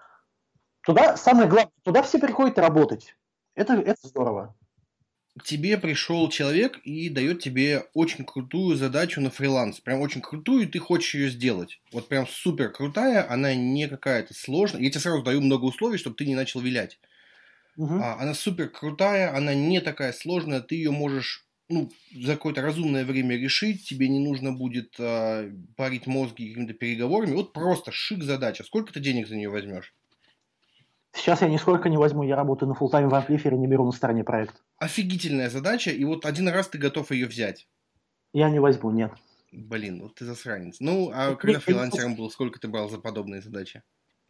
Туда, самое главное, туда все приходят работать. Это, это здорово. К тебе пришел человек и дает тебе очень крутую задачу на фриланс. Прям очень крутую, и ты хочешь ее сделать. Вот прям супер крутая, она не какая-то сложная. Я тебе сразу даю много условий, чтобы ты не начал вилять. Угу. А, она супер крутая, она не такая сложная, ты ее можешь ну, за какое-то разумное время решить, тебе не нужно будет а, парить мозги какими-то переговорами. Вот просто шик задача. Сколько ты денег за нее возьмешь? Сейчас я нисколько не возьму, я работаю на фуллтайм в Амплифере, не беру на стороне проект. Офигительная задача, и вот один раз ты готов ее взять. Я не возьму, нет. Блин, вот ты засранец. Ну, а когда фрилансером был, сколько ты брал за подобные задачи?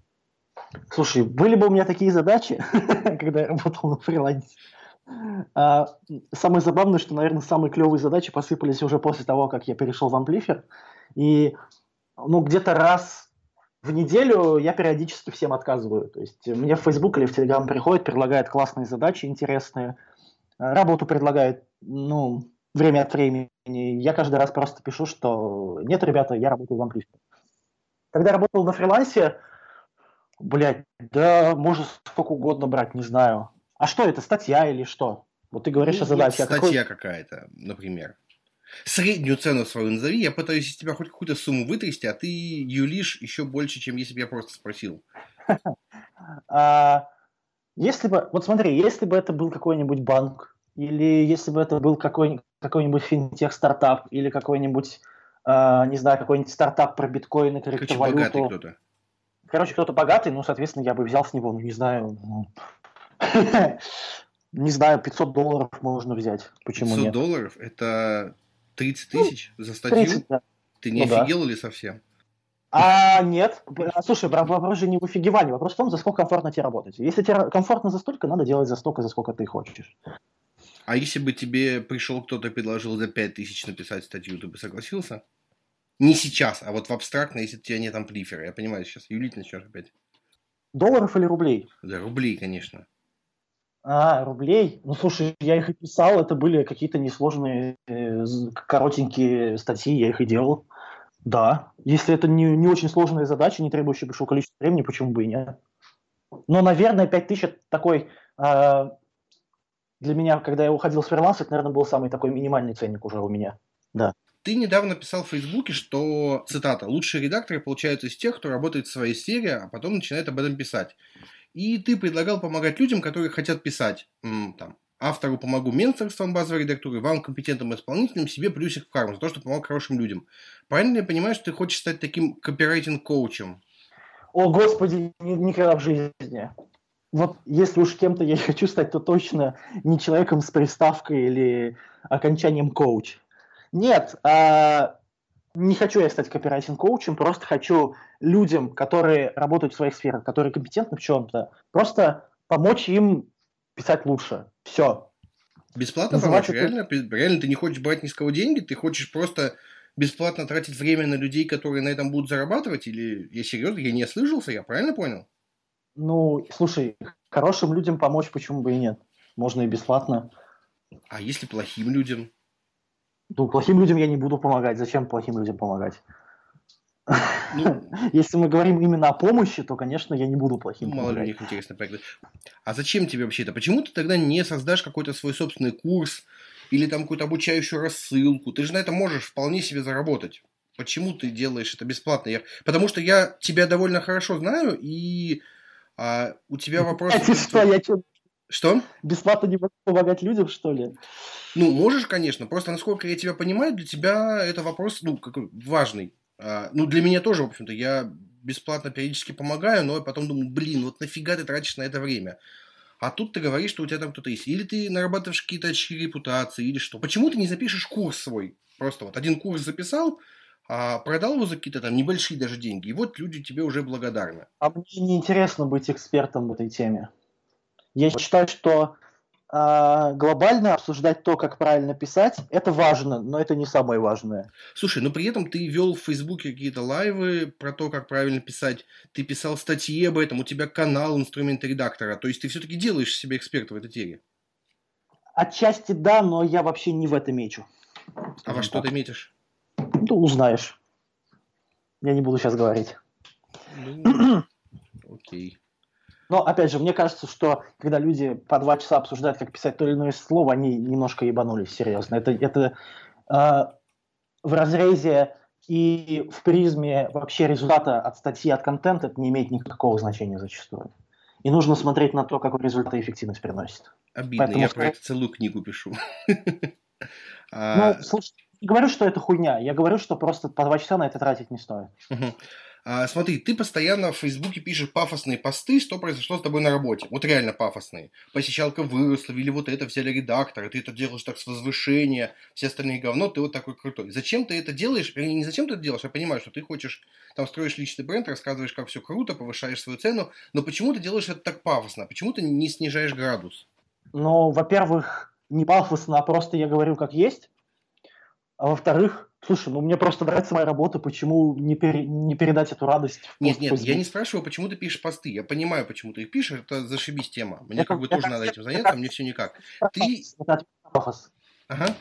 Слушай, были бы у меня такие задачи, когда я работал на фрилансе. А, самое забавное, что, наверное, самые клевые задачи посыпались уже после того, как я перешел в Амплифер. И ну, где-то раз в неделю я периодически всем отказываю. То есть мне в Facebook или в Telegram приходит, предлагает классные задачи, интересные. Работу предлагает, ну, время от времени. Я каждый раз просто пишу, что нет, ребята, я работаю в Амплифере. Когда я работал на фрилансе, блядь, да, можно сколько угодно брать, не знаю. А что это, статья или что? Вот ты говоришь ну, о задаче. Вот статья какой... какая-то, например. Среднюю цену свою назови, я пытаюсь из тебя хоть какую-то сумму вытрясти, а ты юлишь еще больше, чем если бы я просто спросил. Если бы, вот смотри, если бы это был какой-нибудь банк, или если бы это был какой-нибудь, какой-нибудь финтех-стартап, или какой-нибудь, не знаю, какой-нибудь стартап про биткоины, криптовалюту. Короче, богатый кто-то. Короче, кто-то богатый, ну, соответственно, я бы взял с него, ну, не знаю, не знаю, пятьсот долларов можно взять. Почему нет? пятьсот долларов? Это тридцать тысяч за статью? тридцать, да. Ты не ну, офигел да. Или совсем? А, нет. Слушай, вопрос же не в офигевании. Вопрос в том, за сколько комфортно тебе работать. Если тебе комфортно за столько, надо делать за столько, за сколько ты хочешь. А если бы тебе пришел кто-то и предложил за пять тысяч написать статью, ты бы согласился? Не сейчас, а вот в абстрактно, если у тебя нет амплифера. Я понимаю, сейчас юлить начнешь опять. Долларов или рублей? Да, рублей, конечно. А, рублей? Ну, слушай, я их и писал, это были какие-то несложные, э, коротенькие статьи, я их и делал. Да, если это не, не очень сложная задача, не требующая большого количества времени, почему бы и нет? Но, наверное, пять тысяч это такой... Э, для меня, когда я уходил с фриланса, это, наверное, был самый такой минимальный ценник уже у меня. Да. Ты недавно писал в Фейсбуке, что, цитата, «лучшие редакторы получаются из тех, кто работает в своей сфере, а потом начинает об этом писать». И ты предлагал помогать людям, которые хотят писать. М, там, автору помогу менторством базовой редактуры, вам, компетентным исполнителям, себе плюсик в карму за то, что помог хорошим людям. Правильно я понимаю, что ты хочешь стать таким копирайтинг-коучем? О, Господи, никогда в жизни. Вот если уж кем-то я хочу стать, то точно не человеком с приставкой или окончанием коуч. Нет, а Не хочу я стать копирайтинг-коучем, просто хочу людям, которые работают в своих сферах, которые компетентны в чем-то, просто помочь им писать лучше. Все. Бесплатно помочь? Реально? Реально ты не хочешь брать ни с кого деньги? Ты хочешь просто бесплатно тратить время на людей, которые на этом будут зарабатывать? Или я серьезно, я не ослышался, я правильно понял? Ну, слушай, хорошим людям помочь почему бы и нет? Можно и бесплатно. А если плохим людям? Ну, плохим людям я не буду помогать. Зачем плохим людям помогать? Ну, Если мы говорим именно о помощи, то, конечно, я не буду плохим ну, мало ли у помогать. них интересный проект. А зачем тебе вообще это? Почему ты тогда не создашь какой-то свой собственный курс или там какую-то обучающую рассылку? Ты же на этом можешь вполне себе заработать. Почему ты делаешь это бесплатно? Я... Потому что я тебя довольно хорошо знаю, и а, у тебя вопрос... Что, я что, Что? бесплатно не могу помогать людям, что ли? Ну, можешь, конечно. Просто, насколько я тебя понимаю, для тебя это вопрос, ну, какой важный. А, ну, для меня тоже, в общем-то. Я бесплатно периодически помогаю, но я потом думаю, блин, вот нафига ты тратишь на это время? А тут ты говоришь, что у тебя там кто-то есть. Или ты нарабатываешь какие-то очки репутации, или что. Почему ты не запишешь курс свой? Просто вот один курс записал, а продал его за какие-то там небольшие даже деньги. И вот люди тебе уже благодарны. А мне неинтересно быть экспертом в этой теме. Я считаю, что э, глобально обсуждать то, как правильно писать, это важно, но это не самое важное. Слушай, но при этом ты вел в Фейсбуке какие-то лайвы про то, как правильно писать. Ты писал статьи об этом, у тебя канал инструмента редактора. То есть ты все-таки делаешь себя эксперта в этой теме. Отчасти да, но я вообще не в это мечу. А во что ты метишь? Ну, узнаешь. Я не буду сейчас говорить. Ну, окей. Но, опять же, мне кажется, что когда люди по два часа обсуждают, как писать то или иное слово, они немножко ебанулись, серьезно. Это, это э, в разрезе и в призме вообще результата от статьи, от контента это не имеет никакого значения зачастую. И нужно смотреть на то, какой результат и эффективность приносит. Обидно, Поэтому я что... про это целую книгу пишу. Ну, слушай, не говорю, что это хуйня. Я говорю, что просто по два часа на это тратить не стоит. А, смотри, ты постоянно в Фейсбуке пишешь пафосные посты, что произошло с тобой на работе. Вот реально пафосные. Посещалка выросла, или вот это взяли редактора, ты это делаешь так с возвышения, все остальные говно, ты вот такой крутой. Зачем ты это делаешь? Вернее, не зачем ты это делаешь, я понимаю, что ты хочешь, там, строишь личный бренд, рассказываешь, как все круто, повышаешь свою цену, но почему ты делаешь это так пафосно? Почему ты не снижаешь градус? Ну, во-первых, не пафосно, а просто я говорю как есть. А во-вторых, слушай, ну мне просто нравится моя работа, почему не, пере, не передать эту радость? Нет, нет, я не спрашиваю, почему ты пишешь посты. Я понимаю, почему ты их пишешь, это зашибись тема. Мне это, как бы это, тоже это, надо этим заняться, это, а мне все никак. Ты... Это пафос. Ага.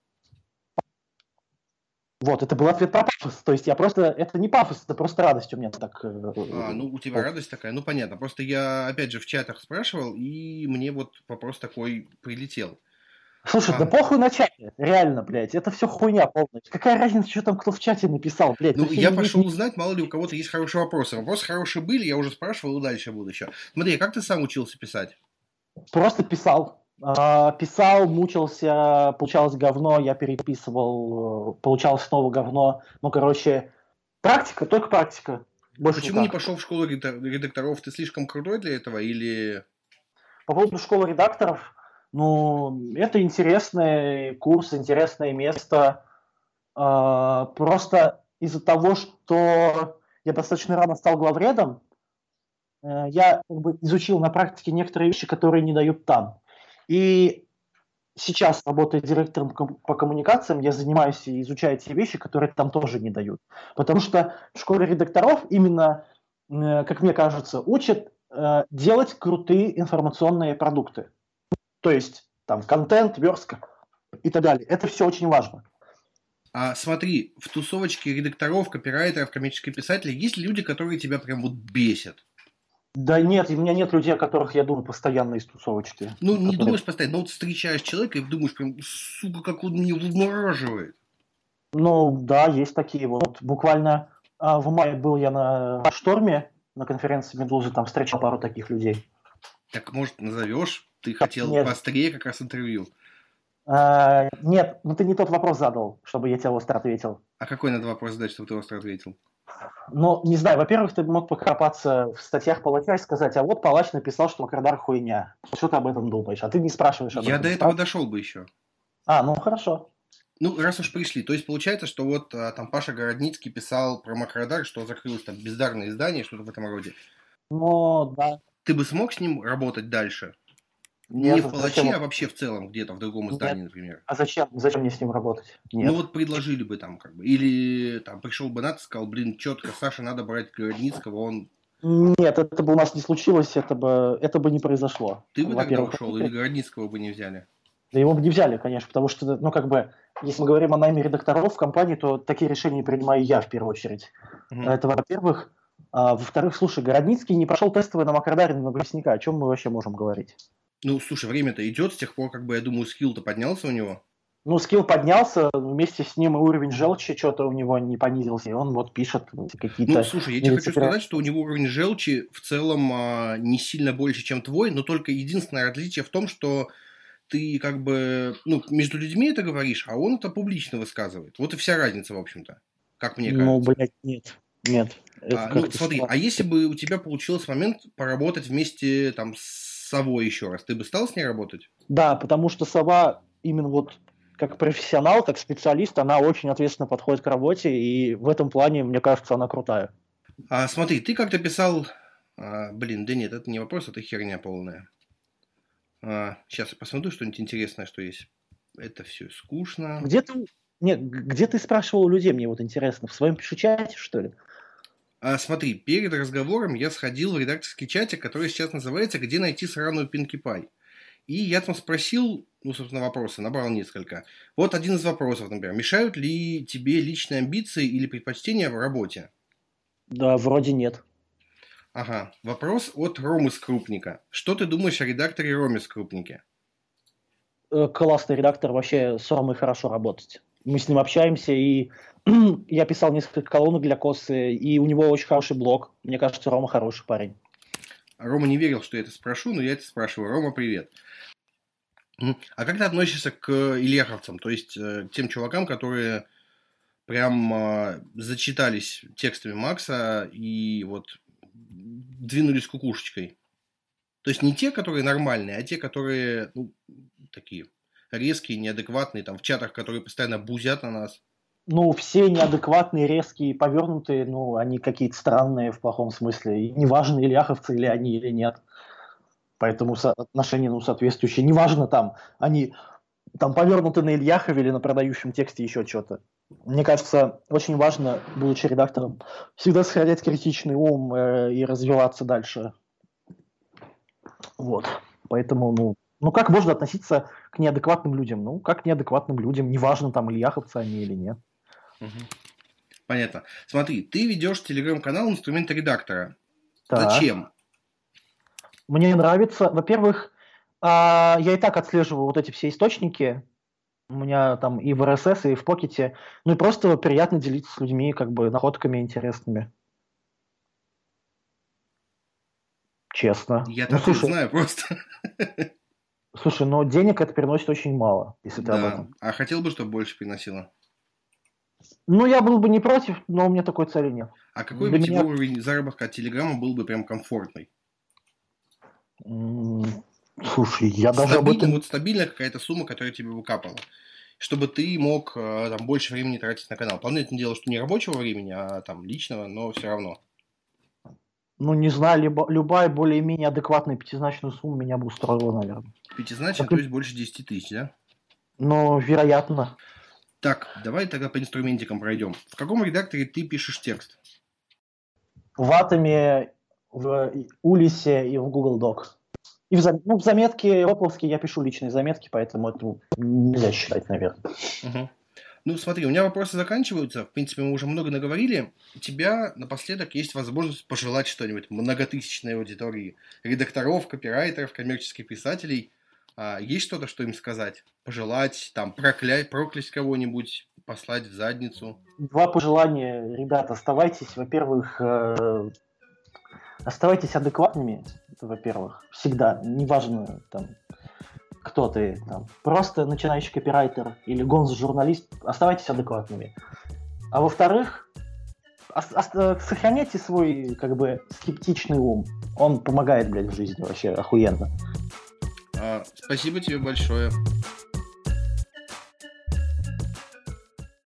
Вот, это был ответ про пафос. То есть я просто... Это не пафос, это просто радость у меня так... А, ну, у тебя вот. Радость такая, ну, понятно. Просто я, опять же, в чатах спрашивал, и мне вот вопрос такой прилетел. Слушай, а. да похуй на чате, реально, блядь, это все хуйня полная. Какая разница, что там кто в чате написал, блядь? Ну, я пошел не... узнать, мало ли у кого-то есть хорошие вопросы. Вопросы хорошие были, я уже спрашивал, и дальше буду еще. Смотри, как ты сам учился писать? Просто писал. Писал, мучился, получалось говно, я переписывал, получалось снова говно. Ну, короче, практика, только практика. Больше Почему никак. Не пошел в школу редакторов? Ты слишком крутой для этого или... По поводу школы редакторов... Ну, это интересный курс, интересное место. Просто из-за того, что я достаточно рано стал главредом, я как бы изучил на практике некоторые вещи, которые не дают там. И сейчас, работая директором по коммуникациям, я занимаюсь и изучаю те вещи, которые там тоже не дают. Потому что в школе редакторов именно, как мне кажется, учат делать крутые информационные продукты. То есть там контент, верстка и так далее. Это все очень важно. А смотри, в тусовочке редакторов, копирайтеров, коммерческих писателей есть ли люди, которые тебя прям вот бесят? Да нет, у меня нет людей, о которых я думаю постоянно из тусовочки. Ну, которые... не думаешь постоянно, но вот встречаешь человека и думаешь прям, сука, как он меня вымораживает. Ну, да, есть такие. Вот буквально а, в мае был я на Шторме, на конференции Медузы, там встречал пару таких людей. Так, может, назовешь? Ты хотел нет. поострее как раз интервью. А, нет, ну ты не тот вопрос задал, чтобы я тебе остро ответил. А какой надо вопрос задать, чтобы ты остро ответил? Ну, не знаю, во-первых, ты мог покопаться в статьях Палача и сказать, а вот Палач написал, что Макродар хуйня. Что ты об этом думаешь? А ты не спрашиваешь об я этом. Я до этого дошел бы еще. А, ну хорошо. Ну, раз уж пришли, то есть получается, что вот а, там Паша Городницкий писал про Макродар, что закрылось там бездарное издание, что-то в этом роде. Ну, да. Ты бы смог с ним работать дальше? Нет, Не в Палаче, зачем? а вообще в целом, где-то в другом издании, Нет. например. А зачем? Зачем мне с ним работать? Нет. Ну вот предложили бы там как бы. Или там пришел бы Нат и сказал, блин, четко, Саша, надо брать Городницкого, он... Нет, это бы у нас не случилось, это бы, это бы не произошло. Ты бы тогда Во-первых, ушел, или Городницкого бы не взяли? Да его бы не взяли, конечно, потому что, ну, как бы, если мы говорим о найме редакторов в компании, то такие решения принимаю я в первую очередь. Угу. Это, во-первых. А, во-вторых, слушай, Городницкий не прошел тестовый на Макродаре на Глесника. О чем мы вообще можем говорить? Ну, слушай, время-то идет, с тех пор, как бы, я думаю, скилл-то поднялся у него. Ну, скилл поднялся, вместе с ним и уровень желчи что-то у него не понизился, и он вот пишет какие-то... Ну, слушай, я тебе хочу сказать, что у него уровень желчи в целом а, не сильно больше, чем твой, но только единственное отличие в том, что ты как бы, ну, между людьми это говоришь, а он это публично высказывает. Вот и вся разница, в общем-то, как мне кажется. Ну, блядь, нет, нет. А, ну, смотри, а если бы у тебя получился момент поработать вместе там с Совой еще раз, ты бы стал с ней работать? Да, потому что Сова именно вот как профессионал, как специалист, она очень ответственно подходит к работе, и в этом плане, мне кажется, она крутая. А, смотри, ты как-то писал... А, блин, да нет, это не вопрос, это херня полная. А, сейчас я посмотрю что-нибудь интересное, что есть. Это все скучно. Где ты... Нет, где ты спрашивал у людей, мне вот интересно, в своем пишу-чате, что ли? А, смотри, перед разговором я сходил в редакторский чатик, который сейчас называется «Где найти сраную Pinkie Pie?». И я там спросил, ну, собственно, вопросы, набрал несколько. Вот один из вопросов, например. Мешают ли тебе личные амбиции или предпочтения в работе? Да, вроде нет. Ага. Вопрос от Ромы Скрупника. Что ты думаешь о редакторе Роме Скрупнике? Классный редактор, вообще с Ромой хорошо работать. Мы с ним общаемся, и я писал несколько колонок для Косы, и у него очень хороший блог. Мне кажется, Рома хороший парень. Рома не верил, что я это спрошу, но я это спрашиваю. Рома, привет. А как ты относишься к ильяховцам, то есть к тем чувакам, которые прям зачитались текстами Макса и вот двинулись кукушечкой? То есть не те, которые нормальные, а те, которые, ну, такие резкие, неадекватные, там в чатах, которые постоянно бузят на нас. Ну, все неадекватные, резкие, повернутые, ну, они какие-то странные в плохом смысле. И неважно, ильяховцы или они, или нет. Поэтому отношения, ну, соответствующие. Неважно там, они там повернуты на Ильяхове или на продающем тексте еще что-то. Мне кажется, очень важно, будучи редактором, всегда сохранять критичный ум э, и развиваться дальше. Вот. Поэтому, ну, ну, как можно относиться к неадекватным людям? Ну, как к неадекватным людям, неважно, там, ильяховцы они или нет. Угу. Понятно. Смотри, ты ведешь телеграм-канал «Инструменты редактора». Так. Зачем? Мне нравится. Во-первых, я и так отслеживаю вот эти все источники. У меня там и в эр эс эс, и в Покете. Ну и просто приятно делиться с людьми, как бы, находками интересными. Честно. Я ну, так не знаю просто. Слушай, но денег это приносит очень мало, если ты да. об этом. А хотел бы, чтобы больше приносило? Ну, я был бы не против, но у меня такой цели нет. А какой Для бы тебе меня... уровень заработка от Телеграма был бы прям комфортный? Слушай, я даже об этом... Вот стабильная какая-то сумма, которая тебе выкапала. Чтобы ты мог там больше времени тратить на канал. Понятное дело, что не рабочего времени, а там личного, но все равно. Ну, не знаю, либо, любая более-менее адекватная пятизначная сумма меня бы устроила, наверное. Пятизначная, то есть больше десяти тысяч, да? Ну, вероятно. Так, давай тогда по инструментикам пройдем. В каком редакторе ты пишешь текст? В Атоме, в Улисе и в Google Doc. И в, зам... ну, в заметке Опловские я пишу личные заметки, поэтому это нельзя считать, наверное. Угу. Ну, смотри, у меня вопросы заканчиваются. В принципе, мы уже много наговорили. У тебя напоследок есть возможность пожелать что-нибудь многотысячной аудитории редакторов, копирайтеров, коммерческих писателей. А, есть что-то, что им сказать? Пожелать, там, проклять, проклясть кого-нибудь, послать в задницу? Два пожелания, ребят, оставайтесь, во-первых, э, оставайтесь адекватными, это, во-первых, всегда, неважно, там, кто ты, там, просто начинающий копирайтер или гонзо-журналист, оставайтесь адекватными. А во-вторых, ос- ос- сохраняйте свой, как бы, скептичный ум, он помогает, блядь, в жизни вообще охуенно. А, спасибо тебе большое.